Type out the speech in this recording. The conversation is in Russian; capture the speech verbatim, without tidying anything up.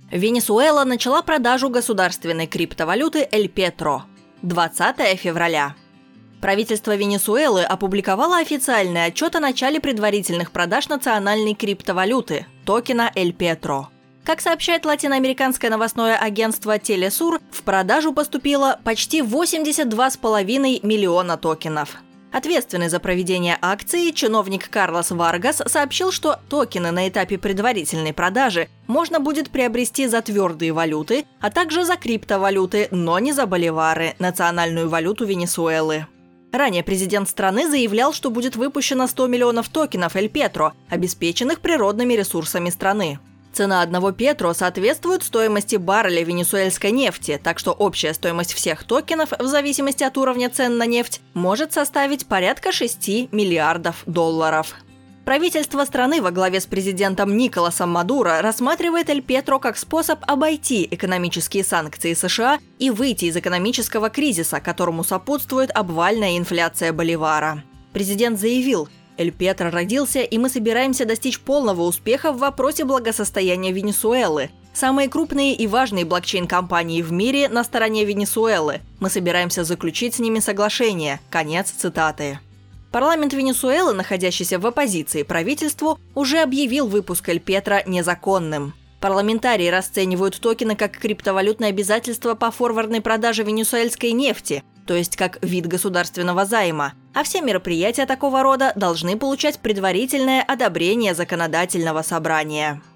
Венесуэла начала продажу государственной криптовалюты Эль Петро. двадцатого февраля. Правительство Венесуэлы опубликовало официальный отчет о начале предварительных продаж национальной криптовалюты – токена Эль Петро. Как сообщает латиноамериканское новостное агентство Телесур, в продажу поступило почти восемьдесят два с половиной миллиона токенов. Ответственный за проведение акции чиновник Карлос Варгас сообщил, что токены на этапе предварительной продажи можно будет приобрести за твердые валюты, а также за криптовалюты, но не за боливары, национальную валюту Венесуэлы. Ранее президент страны заявлял, что будет выпущено сто миллионов токенов Эль Петро, обеспеченных природными ресурсами страны. Цена одного Петро соответствует стоимости барреля венесуэльской нефти, так что общая стоимость всех токенов, в зависимости от уровня цен на нефть, может составить порядка шести миллиардов долларов. Правительство страны во главе с президентом Николасом Мадуро рассматривает Эль Петро как способ обойти экономические санкции США и выйти из экономического кризиса, которому сопутствует обвальная инфляция боливара. Президент заявил: «Эль Петро родился, и мы собираемся достичь полного успеха в вопросе благосостояния Венесуэлы. Самые крупные и важные блокчейн-компании в мире на стороне Венесуэлы. Мы собираемся заключить с ними соглашение». Конец цитаты. Парламент Венесуэлы, находящийся в оппозиции правительству, уже объявил выпуск Эль Петро незаконным. Парламентарии расценивают токены как криптовалютное обязательство по форвардной продаже венесуэльской нефти, то есть как вид государственного займа, а все мероприятия такого рода должны получать предварительное одобрение законодательного собрания.